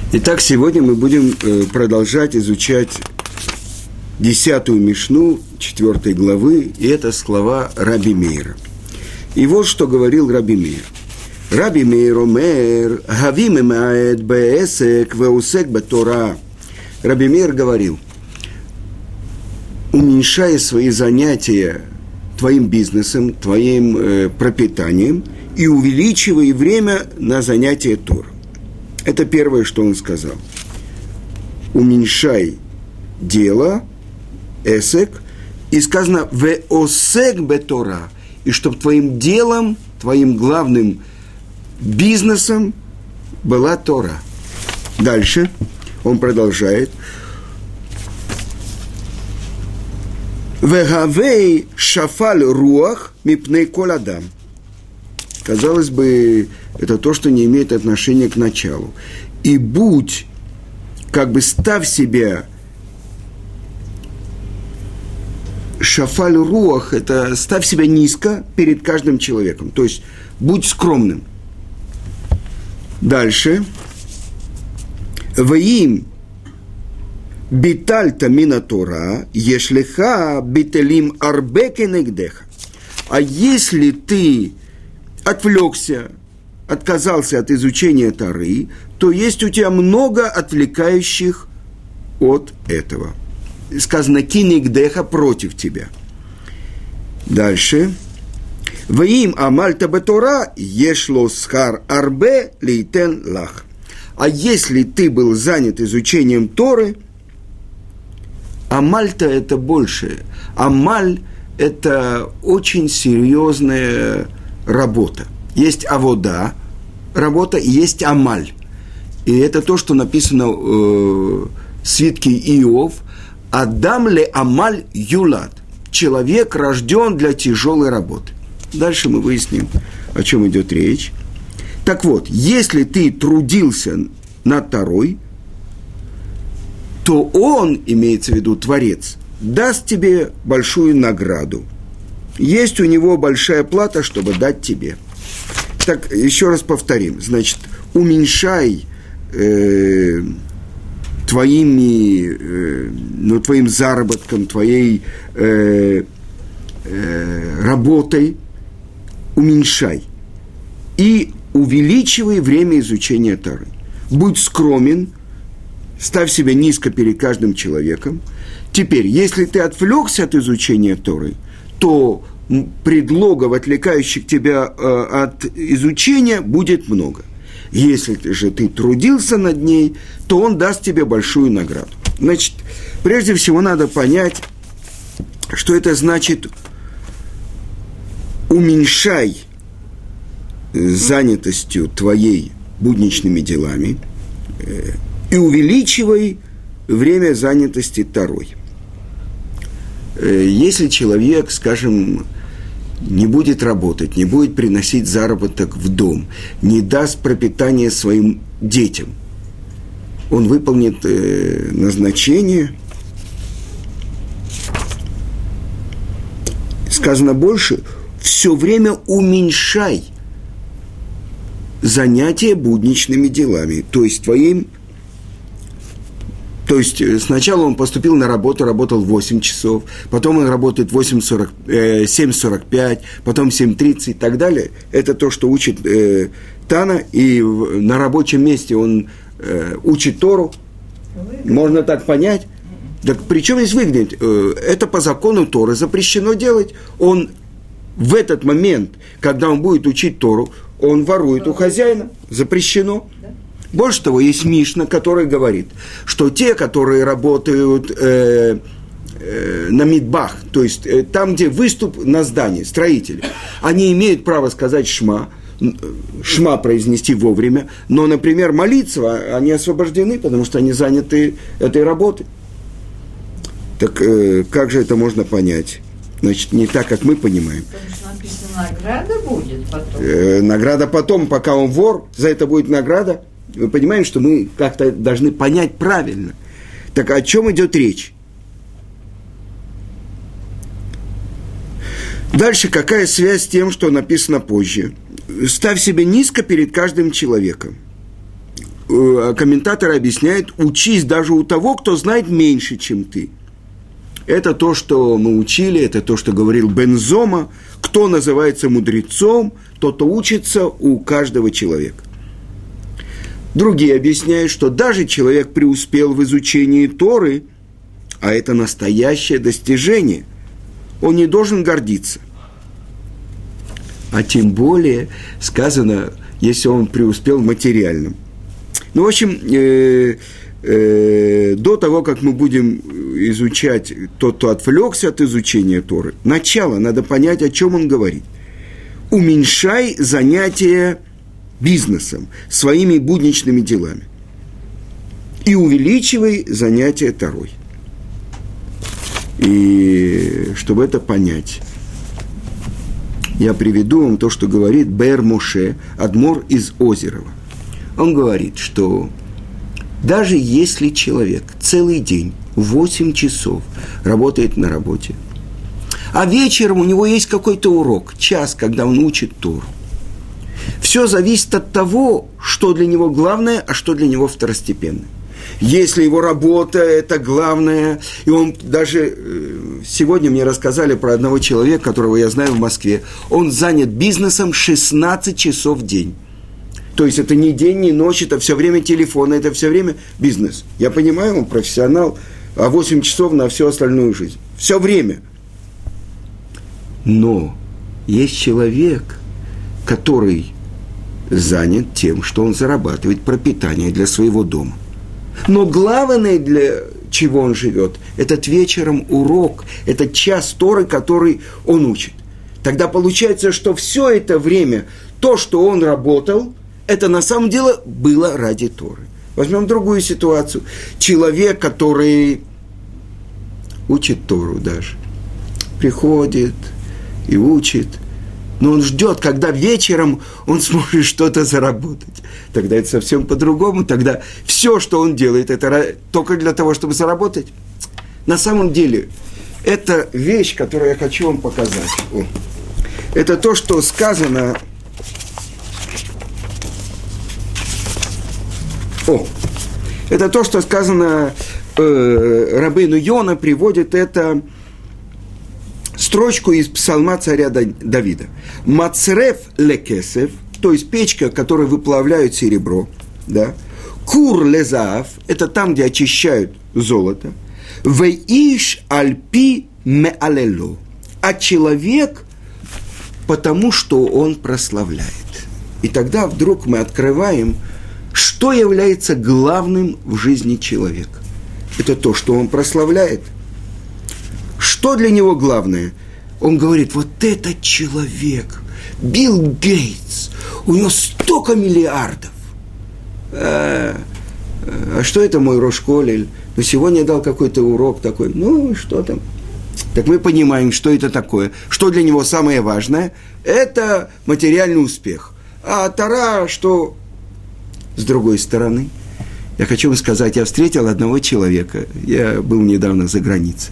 Итак, сегодня мы будем продолжать изучать 10-ю Мишну 4 главы, и это слова Раби Меира. И вот что говорил Раби Меир. Раби Меир омер, хави мемаэд бээсек веусек бетора. Раби Меир говорил, уменьшай свои занятия твоим бизнесом, твоим пропитанием и увеличивай время на занятие Торой. Это первое, что он сказал. Уменьшай дело, эсек, и сказано «веосек бетора», и чтобы твоим делом, твоим главным бизнесом была Тора. Дальше он продолжает. «Вегавей шафаль руах мипней кол адам». Казалось бы, это то, что не имеет отношения к началу. И будь, ставь себя, шафаль руах, это ставь себя низко перед каждым человеком. То есть, будь скромным. Дальше. Ваим битальта мина Тора, ешлеха бителим арбеке негдеха. А если ты отвлекся, отказался от изучения Торы, то есть у тебя много отвлекающих от этого. Сказано «кинегдеха» против тебя. Дальше. «Ваим амальта бетора ешло схар арбе лейтен лах». А если ты был занят изучением Торы, амальта – это больше. Амаль – это очень серьезная работа. Есть авода, работа, и есть амаль. И это то, что написано в свитке Иов. Адам ле амаль юлад. Человек рожден для тяжелой работы. Дальше мы выясним, о чем идет речь. Так вот, если ты трудился над Торой, то он, имеется в виду Творец, даст тебе большую награду. Есть у него большая плата, чтобы дать тебе. Так, еще раз повторим. Значит, уменьшай твоим заработком, твоей работой, уменьшай. И увеличивай время изучения Торы. Будь скромен, ставь себя низко перед каждым человеком. Теперь, если ты отвлекся от изучения Торы, то предлогов, отвлекающих тебя от изучения, будет много. Если же ты трудился над ней, то он даст тебе большую награду. Значит, прежде всего надо понять, что это значит уменьшай занятостью твоей будничными делами и увеличивай время занятости Торой. Если человек, скажем, не будет работать, не будет приносить заработок в дом, не даст пропитание своим детям, он выполнит назначение. Сказано больше, все время уменьшай занятия будничными делами, то есть сначала он поступил на работу, работал 8 часов, потом он работает 7:45, потом 7:30 и так далее. Это то, что учит Тана, и на рабочем месте он учит Тору. Можно так понять. Так при чем здесь выгнать? Это по закону Торы запрещено делать. Он в этот момент, когда он будет учить Тору, он ворует у хозяина. Запрещено. Больше того, есть Мишна, который говорит, что те, которые работают на мидбах, то есть там, где выступ на здании, строители, они имеют право сказать шма произнести вовремя, но, например, молиться они освобождены, потому что они заняты этой работой. Так как же это можно понять? Значит, не так, как мы понимаем. Потому что написано, награда будет потом. Награда потом, пока он вор, за это будет награда. Мы понимаем, что мы как-то должны понять правильно. Так о чем идет речь? Дальше какая связь с тем, что написано позже? Ставь себя низко перед каждым человеком. комментаторы объясняют, учись даже у того, кто знает меньше, чем ты. Это то, что мы учили, это то, что говорил Бен Зома. Кто называется мудрецом, тот, кто учится у каждого человека. Другие объясняют, что даже человек преуспел в изучении Торы, а это настоящее достижение, он не должен гордиться. А тем более сказано, если он преуспел в материальном. Ну, в общем, до того, как мы будем изучать тот, кто отвлекся от изучения Торы, начало, надо понять, о чем он говорит. Уменьшай занятия бизнесом, своими будничными делами. И увеличивай занятия Торой. И чтобы это понять, я приведу вам то, что говорит Бер Моше, адмор из Озерова. Он говорит, что даже если человек целый день, 8 часов, работает на работе, а вечером у него есть какой-то урок, час, когда он учит Тору, все зависит от того, что для него главное, а что для него второстепенное. Если его работа – это главное, и он даже… Сегодня мне рассказали про одного человека, которого я знаю в Москве. Он занят бизнесом 16 часов в день. То есть это не день, не ночь, это все время телефон, это все время бизнес. Я понимаю, он профессионал, а 8 часов на всю остальную жизнь. Все время. Но есть человек, который занят тем, что он зарабатывает пропитание для своего дома. Но главное, для чего он живет, этот вечером урок, этот час Торы, который он учит. Тогда получается, что все это время, то, что он работал, это на самом деле было ради Торы. Возьмем другую ситуацию. Человек, который учит Тору даже, приходит и учит, но он ждет, когда вечером он сможет что-то заработать. Тогда это совсем по-другому. Тогда все, что он делает, это только для того, чтобы заработать. На самом деле, это вещь, которую я хочу вам показать. Это то, что сказано… Это то, что сказано Рабейну Йона, приводит это строчку из псалма царя Давида. «Мацреф лекесев», то есть печка, которой выплавляют серебро, да? «Кур лезаав», это там, где очищают золото, «Веиш альпи меалело», а человек, потому что он прославляет. И тогда вдруг мы открываем, что является главным в жизни человека. Это то, что он прославляет. Что для него главное? Он говорит, вот этот человек, Билл Гейтс, у него столько миллиардов. А что это мой Рош Колель? Ну, сегодня я дал какой-то урок такой. Ну, что там? Так мы понимаем, что это такое. Что для него самое важное? Это материальный успех. А Тора, что… С другой стороны, я хочу вам сказать, я встретил одного человека, я был недавно за границей,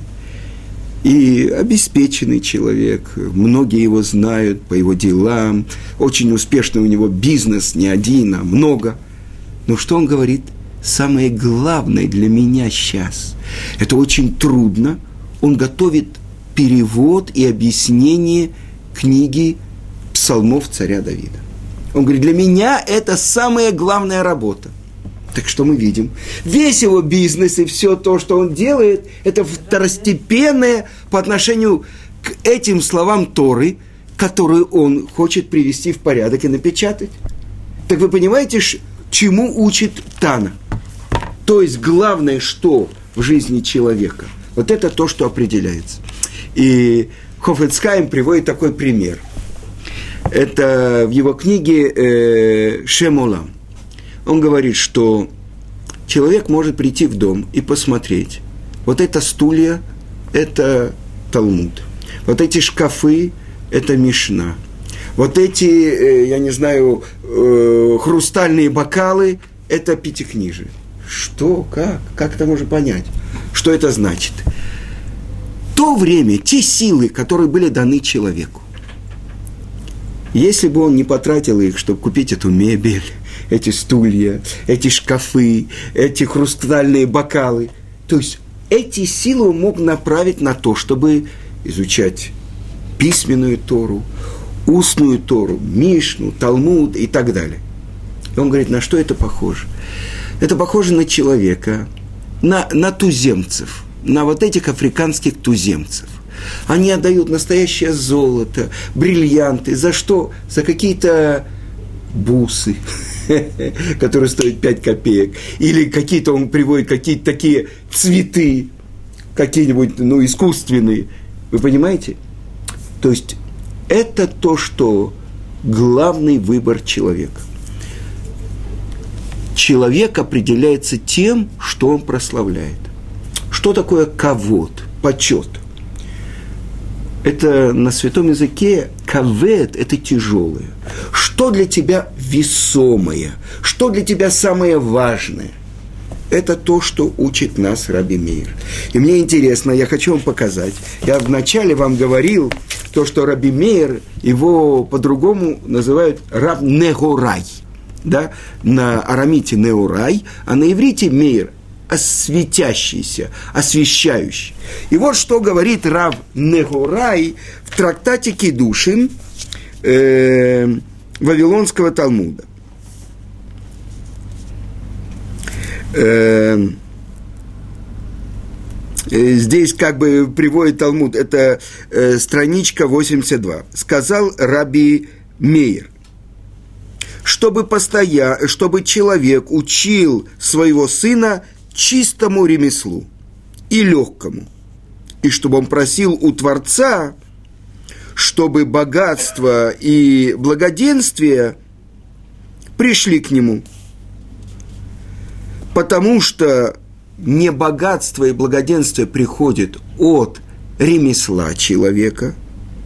и обеспеченный человек, многие его знают по его делам, очень успешный у него бизнес, не один, а много. Но что он говорит? Самое главное для меня сейчас, это очень трудно, он готовит перевод и объяснение книги псалмов царя Давида. Он говорит, для меня это самая главная работа. Так что мы видим? Весь его бизнес и все то, что он делает, это второстепенное по отношению к этим словам Торы, которые он хочет привести в порядок и напечатать. Так вы понимаете, чему учит Тана? То есть главное, что в жизни человека, вот это то, что определяется. И Хафец Хаим приводит такой пример. Это в его книге «Шем Олам». Он говорит, что человек может прийти в дом и посмотреть. Вот это стулья – это Талмуд. Вот эти шкафы – это Мишна. Вот эти, я не знаю, хрустальные бокалы – это Пятикнижие. Что? Как? Как это можно понять? Что это значит? То время, те силы, которые были даны человеку, если бы он не потратил их, чтобы купить эту мебель, эти стулья, эти шкафы, эти хрустальные бокалы. То есть эти силы он мог направить на то, чтобы изучать письменную Тору, устную Тору, Мишну, Талмуд и так далее. И он говорит, на что это похоже? Это похоже на человека, на туземцев, на вот этих африканских туземцев. Они отдают настоящее золото, бриллианты. За что? За какие-то бусы, которые стоят 5 копеек. Или какие-то, он приводит какие-то такие цветы, какие-нибудь, искусственные. Вы понимаете? То есть, это то, что главный выбор человека. Человек определяется тем, что он прославляет. Что такое кавод, почет? Это на святом языке кавед – это тяжелое. Что для тебя весомое? Что для тебя самое важное? Это то, что учит нас Раби Меир. И мне интересно, я хочу вам показать. Я вначале вам говорил, то, что Раби Меир, его по-другому называют Раб Негорай. Да? На арамите Неурай, а на иврите Меир – осветящийся, освещающий. И вот что говорит Рав Негорай в трактате Кидушин Вавилонского Талмуда. Здесь как бы приводит Талмуд, это страничка 82. Сказал Раби Меир, чтобы человек учил своего сына чистому ремеслу и легкому, и чтобы он просил у Творца, чтобы богатство и благоденствие пришли к нему, потому что не богатство и благоденствие приходит от ремесла человека,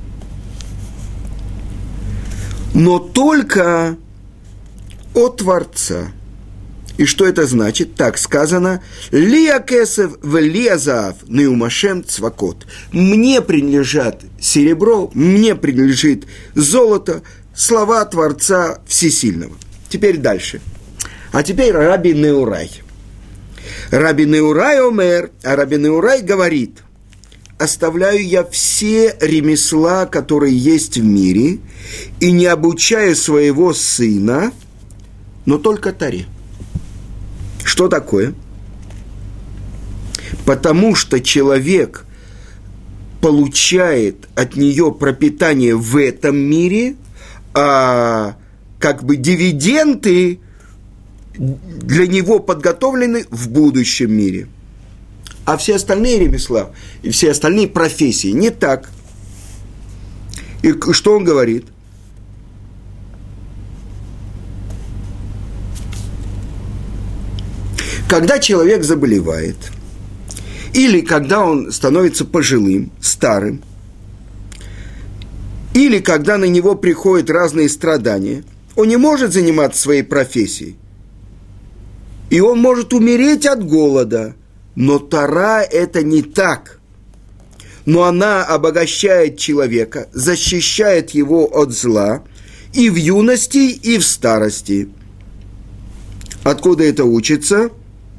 но только от Творца. И что это значит? Так сказано: «Лия кесев в лия заав неумашем цвакот». Мне принадлежат серебро, мне принадлежит золото, слова Творца Всесильного. Теперь дальше. А теперь Раби Неурай. Раби Неурай омер, а Раби Неурай говорит: оставляю я все ремесла, которые есть в мире, и не обучаю своего сына, но только Торе. Что такое? Потому что человек получает от нее пропитание в этом мире, а как бы дивиденды для него подготовлены в будущем мире. А все остальные ремесла и все остальные профессии не так. И что он говорит? Когда человек заболевает, или когда он становится пожилым, старым, или когда на него приходят разные страдания, он не может заниматься своей профессией. И он может умереть от голода. Но Тора – это не так. Но она обогащает человека, защищает его от зла и в юности, и в старости. Откуда это учится?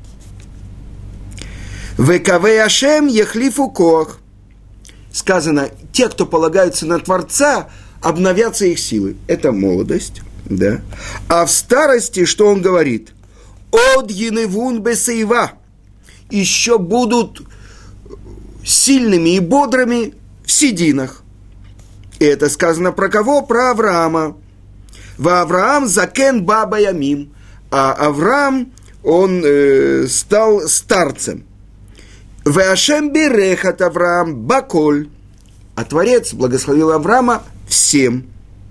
«Векавей Ашем ехлифу коах». Сказано, те, кто полагаются на Творца, обновятся их силы. Это молодость, да. А в старости, что он говорит? «Од еневун бесейва». Еще будут сильными и бодрыми в сединах. И это сказано про кого? Про Авраама. «Ва Авраам закен баба ямим». А Авраам, он стал старцем. «Веашем берехат Авраам баколь». А Творец благословил Авраама всем.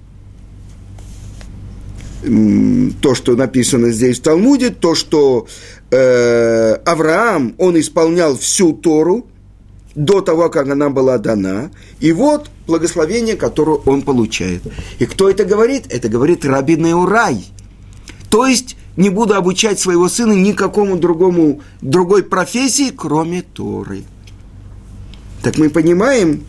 То, что написано здесь в Талмуде, то, что Авраам, он исполнял всю Тору до того, как она была дана. И вот благословение, которое он получает. И кто это говорит? Это говорит Раби Неурай. То есть, не буду обучать своего сына никакому другой профессии, кроме Торы. Так мы понимаем,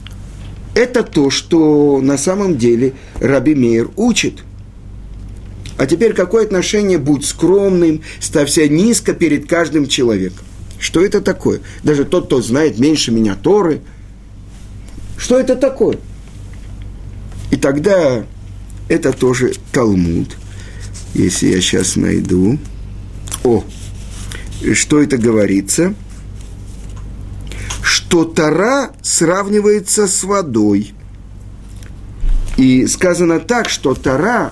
это то, что на самом деле Раби Меир учит. А теперь какое отношение? Будь скромным, ставься низко перед каждым человеком. Что это такое? Даже тот, кто знает меньше меня Торы. Что это такое? И тогда это тоже Талмуд. Если я сейчас найду. Что это говорится? Что Тора сравнивается с водой. И сказано так, что Тора...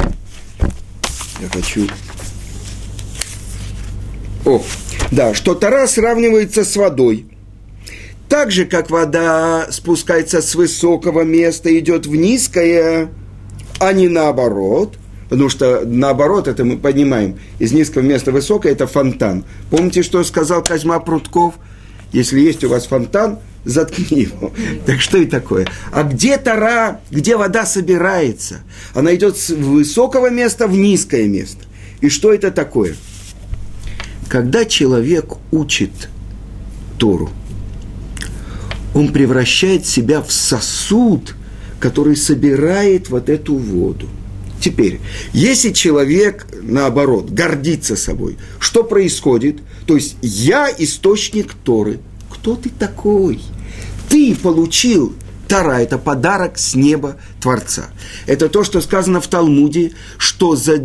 что Тора сравнивается с водой. Так же, как вода спускается с высокого места и идет в низкое, а не наоборот. Потому что наоборот, это мы понимаем, из низкого места высокое – это фонтан. Помните, что сказал Козьма Прутков? Если есть у вас фонтан, заткни его. Так что это такое? А где Тора, где вода собирается? Она идет с высокого места в низкое место. И что это такое? Когда человек учит Тору, он превращает себя в сосуд, который собирает вот эту воду. Теперь, если человек, наоборот, гордится собой, что происходит? То есть, я источник Торы. Кто ты такой? Ты получил Тора, это подарок с неба Творца. Это то, что сказано в Талмуде, что за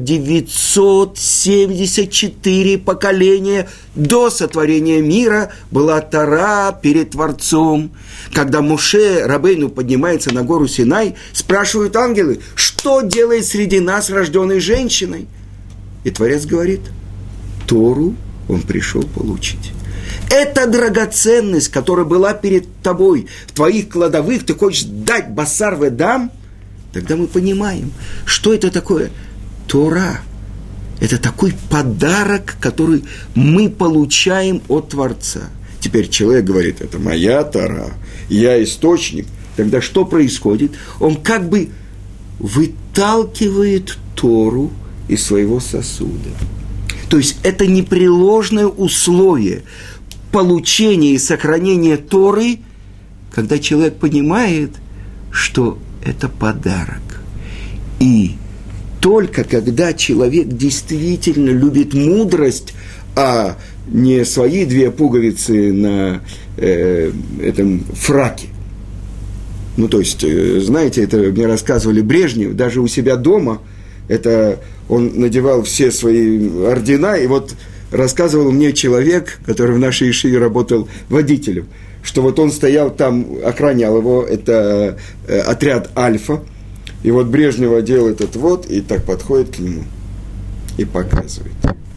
974 поколения до сотворения мира была Тора перед Творцом. Когда Моше Рабейну поднимается на гору Синай, спрашивают ангелы, что делает среди нас рожденной женщиной? И Творец говорит, Тору он пришел получить. Это драгоценность, которая была перед тобой, в твоих кладовых, ты хочешь дать басар ведам, тогда мы понимаем, что это такое. Тора – это такой подарок, который мы получаем от Творца. Теперь человек говорит, это моя Тора, я источник. Тогда что происходит? Он как бы выталкивает Тору из своего сосуда. То есть это непреложное условие получения и сохранения Торы, когда человек понимает, что это подарок. И только когда человек действительно любит мудрость, а не свои 2 пуговицы на этом фраке. То есть, знаете, это мне рассказывали Брежнев, даже у себя дома, это он надевал все свои ордена, и вот рассказывал мне человек, который в нашей ишиве работал водителем, что вот он стоял там, охранял его, это отряд Альфа, и вот Брежнев одел этот и так подходит к нему и показывает.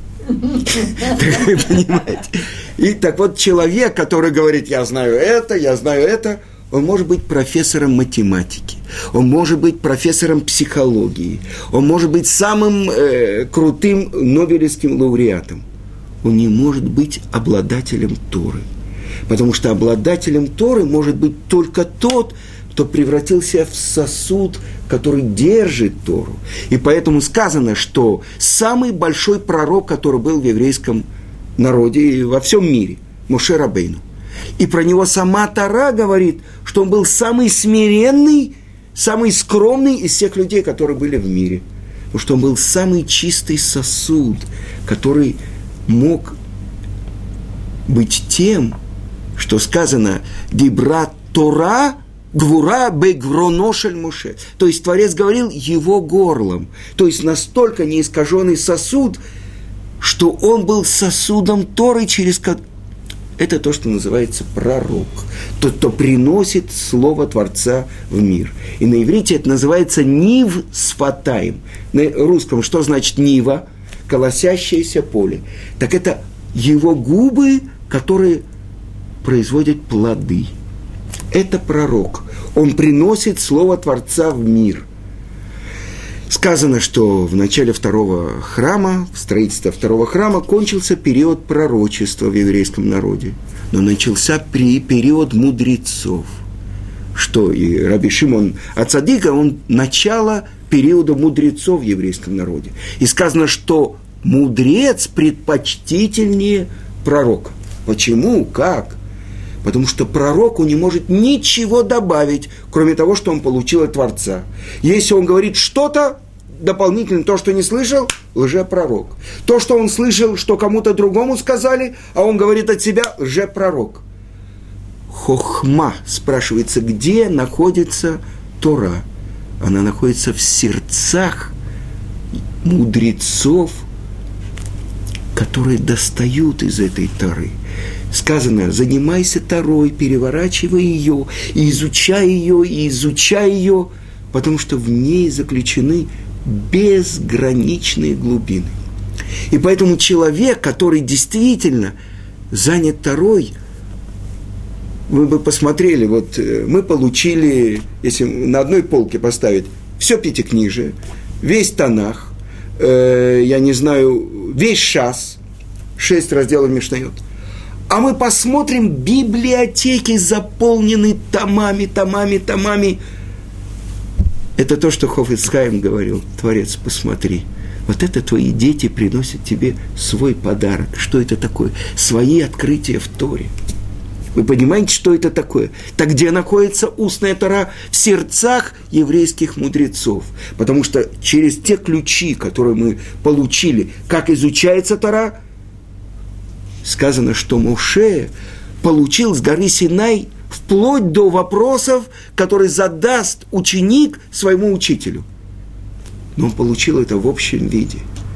Вы понимаете? И так вот человек, который говорит, я знаю это, он может быть профессором математики, он может быть профессором психологии, он может быть самым крутым нобелевским лауреатом. Он не может быть обладателем Торы. Потому что обладателем Торы может быть только тот, кто превратился в сосуд, который держит Тору. И поэтому сказано, что самый большой пророк, который был в еврейском народе и во всем мире, Моше Рабейну. И про него сама Тора говорит, что он был самый смиренный, самый скромный из всех людей, которые были в мире. Потому что он был самый чистый сосуд, который мог быть тем, что сказано «Дибра Тора гвура бегвроношель Моше». То есть Творец говорил его горлом. То есть настолько неискаженный сосуд, что он был сосудом Торы, через который... Это то, что называется пророк. Тот, кто приносит слово Творца в мир. И на иврите это называется нив сфатаим. На русском что значит нива? Колосящееся поле. Так это его губы, которые производят плоды. Это пророк. Он приносит слово Творца в мир. Сказано, что в начале второго храма, в строительстве второго храма, кончился период пророчества в еврейском народе. Но начался период мудрецов. Что и Раби Шимон ха-Цадика, он начало периода мудрецов в еврейском народе. И сказано, что мудрец предпочтительнее пророка. Почему? Как? Потому что пророку не может ничего добавить, кроме того, что он получил от Творца. Если он говорит что-то, дополнительно то, что не слышал, лжепророк. То, что он слышал, что кому-то другому сказали, а он говорит от себя, лжепророк. Хохма, спрашивается, где находится Тора? Она находится в сердцах мудрецов, которые достают из этой Торы. Сказано, занимайся Торой, переворачивай ее, и изучай ее, потому что в ней заключены безграничные глубины. И поэтому человек, который действительно занят Торой, вы бы посмотрели, вот мы получили, если на одной полке поставить все пятикнижие, весь Танах, весь Шас, 6 разделов Мишнайот. А мы посмотрим, библиотеки заполнены томами. Это то, что Хафец Хаим говорил. Творец, посмотри. Вот это твои дети приносят тебе свой подарок. Что это такое? Свои открытия в Торе. Вы понимаете, что это такое? Так где находится устная Тора? В сердцах еврейских мудрецов. Потому что через те ключи, которые мы получили, как изучается Тора, сказано, что Моше получил с горы Синай вплоть до вопросов, которые задаст ученик своему учителю. Но он получил это в общем виде.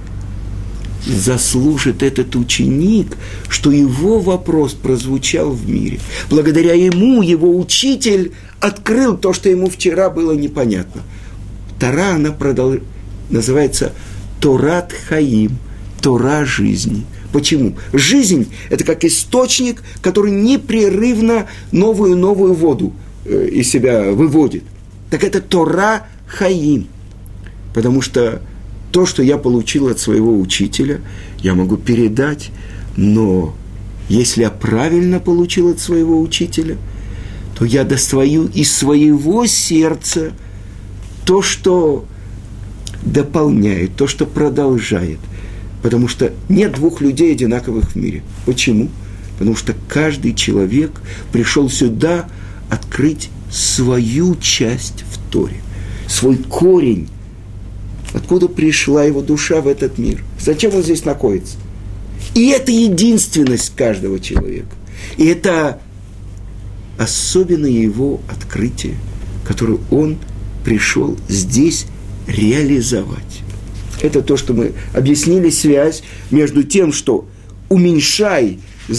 Заслужит этот ученик, что его вопрос прозвучал в мире. Благодаря ему его учитель открыл то, что ему вчера было непонятно. Тора, она называется Торат Хаим, Тора жизни. Почему? Жизнь – это как источник, который непрерывно новую воду из себя выводит. Так это Тора Хаим. Потому что то, что я получил от своего учителя, я могу передать, но если я правильно получил от своего учителя, то я достаю из своего сердца то, что дополняет, то, что продолжает. Потому что нет двух людей одинаковых в мире. Почему? Потому что каждый человек пришел сюда открыть свою часть в Торе, свой корень, откуда пришла его душа в этот мир. Зачем он здесь находится? И это единственность каждого человека. И это особенное его открытие, которое он пришел здесь реализовать. Это то, что мы объяснили, связь между тем, что уменьшай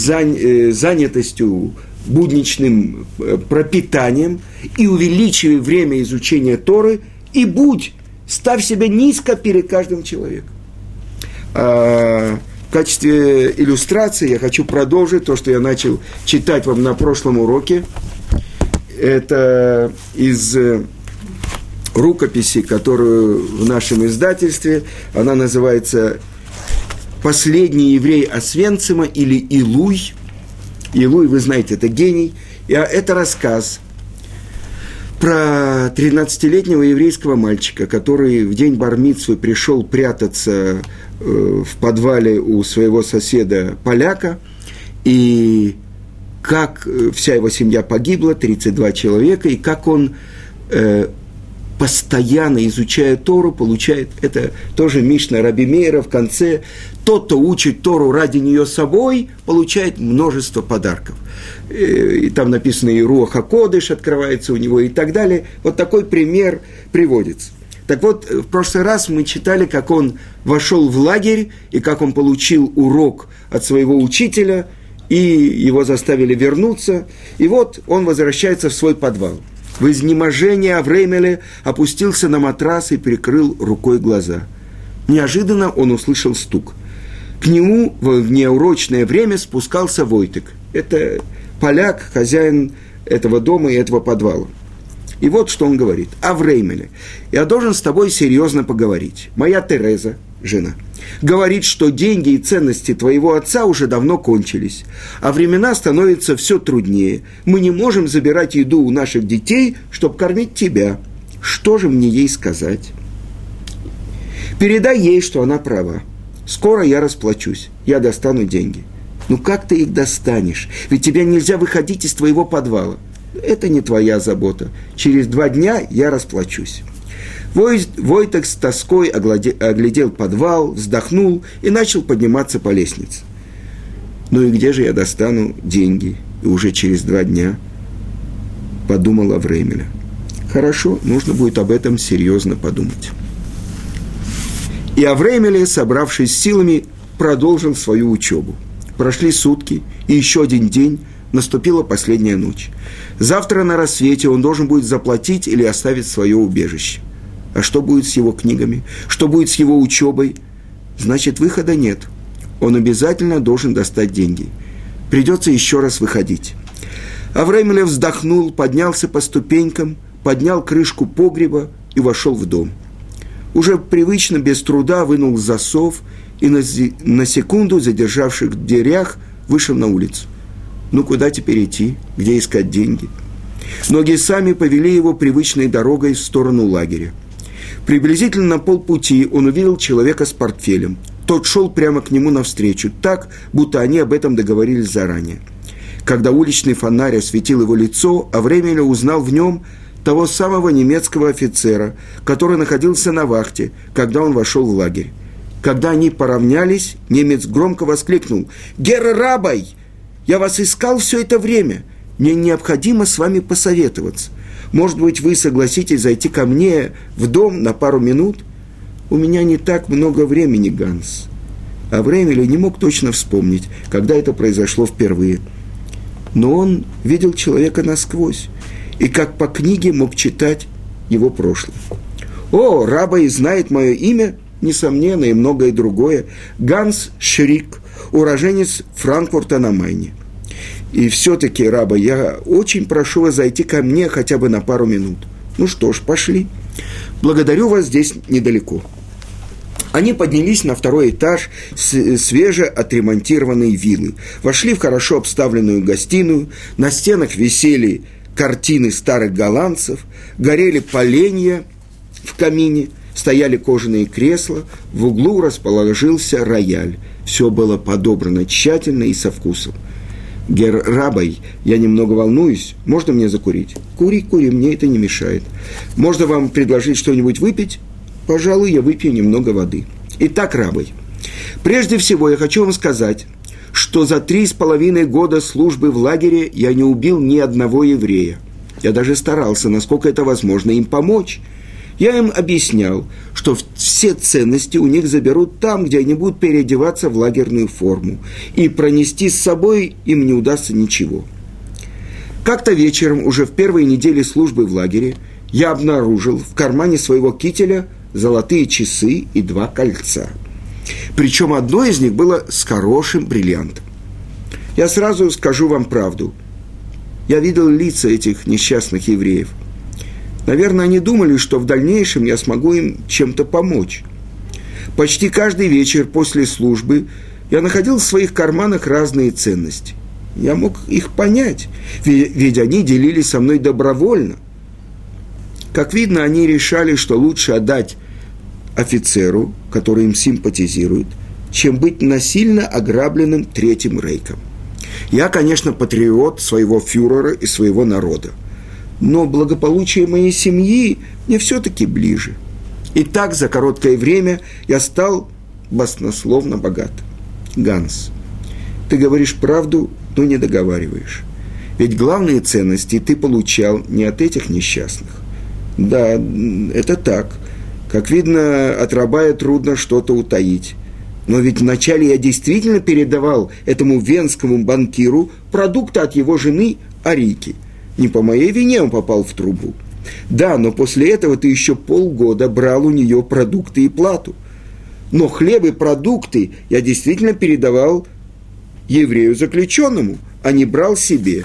занятостью будничным пропитанием и увеличивай время изучения Торы, и ставь себя низко перед каждым человеком. В качестве иллюстрации я хочу продолжить то, что я начал читать вам на прошлом уроке. Это из рукописи, которую в нашем издательстве, она называется «Последний еврей Освенцима» или «Илуй». Илуй, вы знаете, это гений. И это рассказ про 13-летнего еврейского мальчика, который в день бар-мицвы пришел прятаться в подвале у своего соседа поляка, и как вся его семья погибла, 32 человека, и как он постоянно, изучая Тору, получает, это тоже Мишна Раби Меира в конце, тот, кто учит Тору ради нее собой, получает множество подарков. И там написано и Руах ха-Кодеш открывается у него и так далее. Вот такой пример приводится. Так вот, в прошлый раз мы читали, как он вошел в лагерь, и как он получил урок от своего учителя, и его заставили вернуться. И вот он возвращается в свой подвал. В изнеможении Авреймеле опустился на матрас и прикрыл рукой глаза. Неожиданно он услышал стук. К нему в неурочное время спускался Войтек. Это поляк, хозяин этого дома и этого подвала. И вот что он говорит. Авреймеле, я должен с тобой серьезно поговорить. Моя Тереза, жена, говорит, что деньги и ценности твоего отца уже давно кончились, а времена становятся все труднее. Мы не можем забирать еду у наших детей, чтобы кормить тебя. Что же мне ей сказать? Передай ей, что она права. Скоро я расплачусь, я достану деньги. Ну как ты их достанешь? Ведь тебе нельзя выходить из твоего подвала. Это не твоя забота. Через 2 дня я расплачусь. Войтек с тоской оглядел подвал, вздохнул и начал подниматься по лестнице. Ну и где же я достану деньги? И уже через 2 дня подумал Авреймеля. Хорошо, нужно будет об этом серьезно подумать. И Авреймеля, собравшись с силами, продолжил свою учебу. Прошли сутки, и еще 1 день, наступила последняя ночь. Завтра на рассвете он должен будет заплатить или оставить свое убежище. А что будет с его книгами? Что будет с его учебой? Значит, выхода нет. Он обязательно должен достать деньги. Придется еще раз выходить. Авреймеля вздохнул, поднялся по ступенькам, поднял крышку погреба и вошел в дом. Уже привычно, без труда, вынул засов и на секунду, задержавшись в дверях, вышел на улицу. Ну, куда теперь идти? Где искать деньги? Ноги сами повели его привычной дорогой в сторону лагеря. Приблизительно на полпути он увидел человека с портфелем. Тот шел прямо к нему навстречу, так, будто они об этом договорились заранее. Когда уличный фонарь осветил его лицо, Авреймеля узнал в нем того самого немецкого офицера, который находился на вахте, когда он вошел в лагерь. Когда они поравнялись, немец громко воскликнул: «Герр Рабай! Я вас искал все это время! Мне необходимо с вами посоветоваться. Может быть, вы согласитесь зайти ко мне в дом на пару минут? У меня не так много времени, Ганс». Авреймеля не мог точно вспомнить, когда это произошло впервые. Но он видел человека насквозь, и как по книге мог читать его прошлое. «О, Рабай знает мое имя, несомненно, и многое другое. Ганс Шрик, уроженец Франкфурта на Майне. И все-таки, Рабай, я очень прошу вас зайти ко мне хотя бы на пару минут». «Ну что ж, пошли. Благодарю вас, здесь недалеко». Они поднялись на 2-й этаж свежеотремонтированной виллы, вошли в хорошо обставленную гостиную, на стенах висели картины старых голландцев, горели поленья в камине, стояли кожаные кресла, в углу расположился рояль. Все было подобрано тщательно и со вкусом. «Герр Рабай, я немного волнуюсь, можно мне закурить?» «Кури, мне это не мешает. Можно вам предложить что-нибудь выпить?» «Пожалуй, я выпью немного воды». «Итак, Рабай, прежде всего я хочу вам сказать, что за 3,5 года службы в лагере я не убил ни одного еврея. Я даже старался, насколько это возможно, им помочь. Я им объяснял, что все ценности у них заберут там, где они будут переодеваться в лагерную форму, и пронести с собой им не удастся ничего. Как-то вечером, уже в 1-й неделе службы в лагере, я обнаружил в кармане своего кителя золотые часы и 2 кольца. Причем одно из них было с хорошим бриллиантом. Я сразу скажу вам правду. Я видел лица этих несчастных евреев. Наверное, они думали, что в дальнейшем я смогу им чем-то помочь. Почти каждый вечер после службы я находил в своих карманах разные ценности. Я мог их понять, ведь они делились со мной добровольно. Как видно, они решали, что лучше отдать офицеру, который им симпатизирует, чем быть насильно ограбленным Третьим Рейхом. Я, конечно, патриот своего фюрера и своего народа, но благополучие моей семьи мне все-таки ближе. И так за короткое время я стал баснословно богат. Ганс, ты говоришь правду, но не договариваешь. Ведь главные ценности ты получал не от этих несчастных. Да, это так. Как видно, от Рабая трудно что-то утаить. Но ведь вначале я действительно передавал этому венскому банкиру продукты от его жены Арики. Не по моей вине он попал в трубу. Да, но после этого ты еще полгода брал у нее продукты и плату. Но хлеб и продукты я действительно передавал еврею-заключенному, а не брал себе.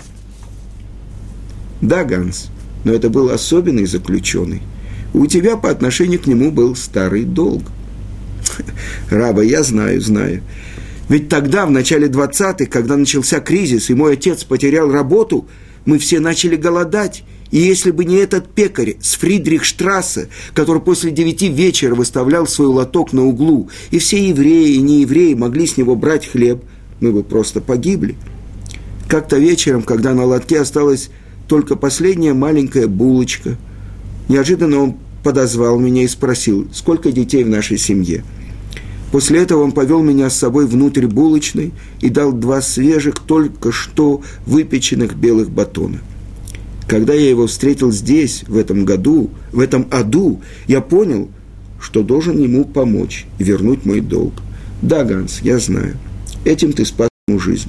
Да, Ганс, но это был особенный заключенный. У тебя по отношению к нему был старый долг. Раба, я знаю. Ведь тогда, в начале 20-х, когда начался кризис, и мой отец потерял работу, мы все начали голодать. И если бы не этот пекарь с Фридрихштрассе, который после 9 вечера выставлял свой лоток на углу, и все евреи и неевреи могли с него брать хлеб, мы бы просто погибли. Как-то вечером, когда на лотке осталась только последняя маленькая булочка, неожиданно он подозвал меня и спросил, сколько детей в нашей семье. После этого он повел меня с собой внутрь булочной и дал 2 свежих, только что выпеченных белых батона. Когда я его встретил здесь, в этом аду, я понял, что должен ему помочь и вернуть мой долг. Да, Ганс, я знаю, этим ты спас ему жизнь.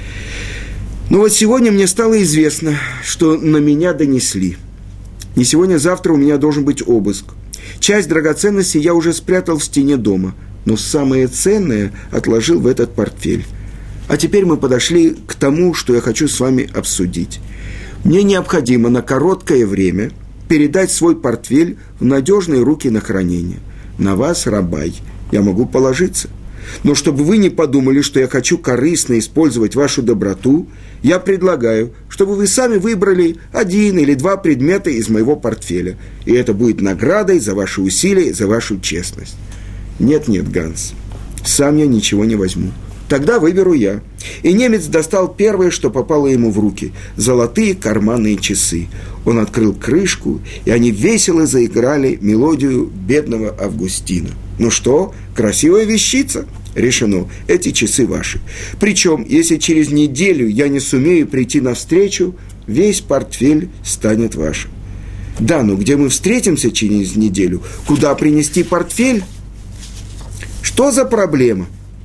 Но вот сегодня мне стало известно, что на меня донесли. Не сегодня-завтра у меня должен быть обыск. Часть драгоценностей я уже спрятал в стене дома, но самое ценное отложил в этот портфель. А теперь мы подошли к тому, что я хочу с вами обсудить. Мне необходимо на короткое время передать свой портфель в надежные руки на хранение. На вас, рабай, я могу положиться. Но чтобы вы не подумали, что я хочу корыстно использовать вашу доброту, я предлагаю, чтобы вы сами выбрали 1 или 2 предмета из моего портфеля. И это будет наградой за ваши усилия, за вашу честность. Нет, Ганс, сам я ничего не возьму. Тогда выберу я. И немец достал первое, что попало ему в руки – золотые карманные часы. Он открыл крышку, и они весело заиграли мелодию бедного Августина. Ну что, красивая вещица? Решено, эти часы ваши. Причем, если через неделю я не сумею прийти навстречу, весь портфель станет вашим. Да, но где мы встретимся через неделю? Куда принести портфель? Что за проблема?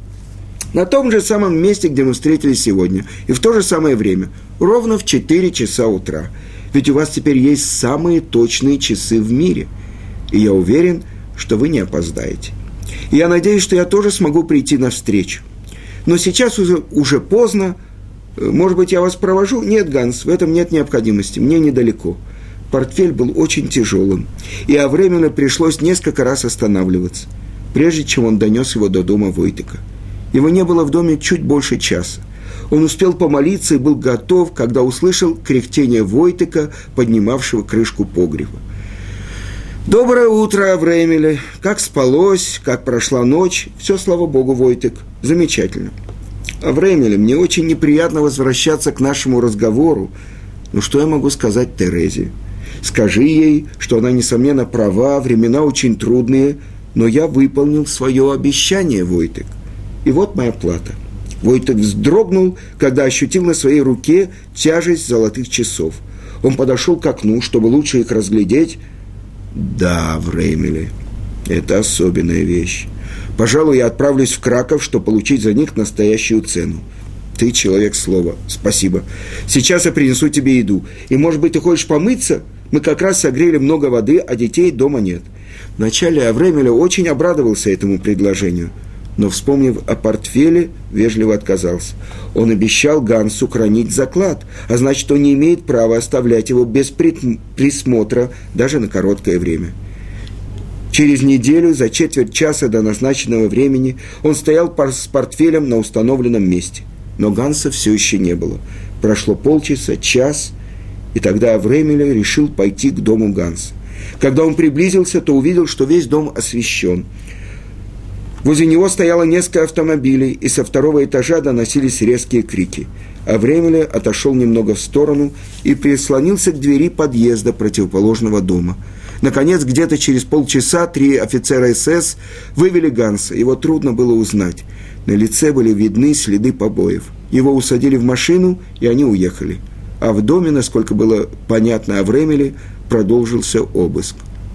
На том же самом месте, где мы встретились сегодня, и в то же самое время, ровно в 4 часа утра. Ведь у вас теперь есть самые точные часы в мире. И я уверен, что вы не опоздаете. И я надеюсь, что я тоже смогу прийти навстречу. Но сейчас уже поздно. Может быть, я вас провожу? Нет, Ганс, в этом нет необходимости. Мне недалеко. Портфель был очень тяжелым. И Авремелю пришлось несколько раз останавливаться, прежде чем он донес его до дома Войтека. Его не было в доме чуть больше часа. Он успел помолиться и был готов, когда услышал кряхтение Войтека, поднимавшего крышку погреба. «Доброе утро, Авремель. Как спалось, как прошла ночь? Все, слава Богу, Войтек. Замечательно. Авремель, мне очень неприятно возвращаться к нашему разговору. Но что я могу сказать Терезе? Скажи ей, что она, несомненно, права, времена очень трудные, но я выполнил свое обещание, Войтек. И вот моя плата». Войтек вздрогнул, когда ощутил на своей руке тяжесть золотых часов. Он подошел к окну, чтобы лучше их разглядеть. «Да, Авремель, это особенная вещь. Пожалуй, я отправлюсь в Краков, чтобы получить за них настоящую цену. Ты человек слова. Спасибо. Сейчас я принесу тебе еду. И, может быть, ты хочешь помыться? Мы как раз согрели много воды, а детей дома нет». Вначале Авремель очень обрадовался этому предложению, но, вспомнив о портфеле, вежливо отказался. Он обещал Гансу хранить заклад, а значит, он не имеет права оставлять его без присмотра даже на короткое время. Через неделю, за четверть часа до назначенного времени, он стоял с портфелем на установленном месте. Но Ганса все еще не было. Прошло полчаса, час, и тогда Авремель решил пойти к дому Ганса. Когда он приблизился, то увидел, что весь дом освещен. Возле него стояло несколько автомобилей, и со 2-го этажа доносились резкие крики. Авремель отошел немного в сторону и прислонился к двери подъезда противоположного дома. Наконец, где-то через полчаса 3 офицера СС вывели Ганса. Его трудно было узнать. На лице были видны следы побоев. Его усадили в машину, и они уехали. А в доме, насколько было понятно Авремелю, продолжился обыск.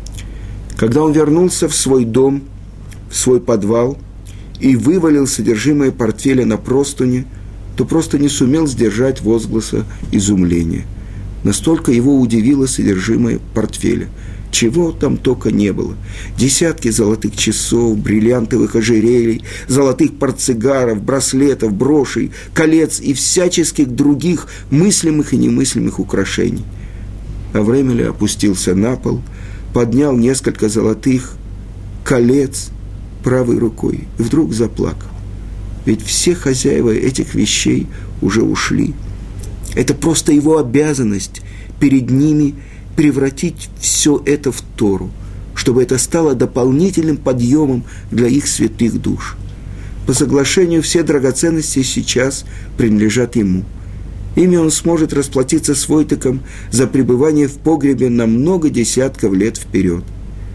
Когда он вернулся в свой дом, в свой подвал и вывалил содержимое портфеля на простыни, то просто не сумел сдержать возгласа изумления. Настолько его удивило содержимое портфеля. Чего там только не было. Десятки золотых часов, бриллиантовых ожерелий, золотых портсигаров, браслетов, брошей, колец и всяческих других мыслимых и немыслимых украшений. Авремель опустился на пол, поднял несколько золотых колец правой рукой и вдруг заплакал. Ведь все хозяева этих вещей уже ушли. Это просто его обязанность перед ними превратить все это в Тору, чтобы это стало дополнительным подъемом для их святых душ. По соглашению все драгоценности сейчас принадлежат ему. Ими он сможет расплатиться с Войтеком за пребывание в погребе на много десятков лет вперед.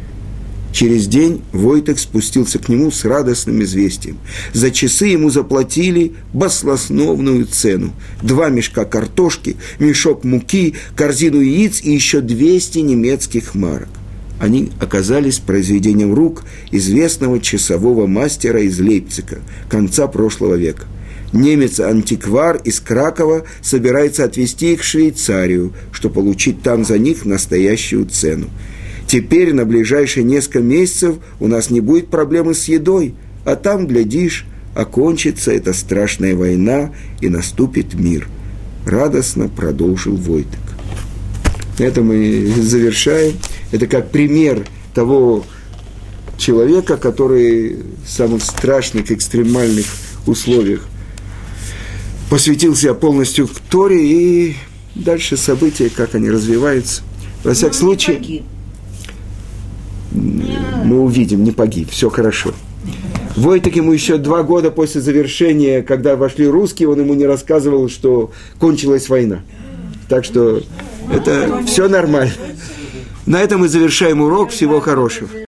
Через день Войтек спустился к нему с радостным известием. За часы ему заплатили баснословную цену. 2 мешка картошки, мешок муки, корзину яиц и еще 200 немецких марок. Они оказались произведением рук известного часового мастера из Лейпцига конца прошлого века. Немец-антиквар из Кракова собирается отвезти их в Швейцарию, чтобы получить там за них настоящую цену. Теперь на ближайшие несколько месяцев у нас не будет проблемы с едой, а там, глядишь, окончится эта страшная война и наступит мир. Радостно продолжил Войтек. Это мы завершаем. Это как пример того человека, который в самых страшных, экстремальных условиях посвятил себя полностью к Торе, и дальше события, как они развиваются. Во всяком случае, мы увидим, не погиб, все хорошо. Войтек ему еще 2 года после завершения, когда вошли русские, он ему не рассказывал, что кончилась война. Так что это все нормально. На этом мы завершаем урок. Всего хорошего.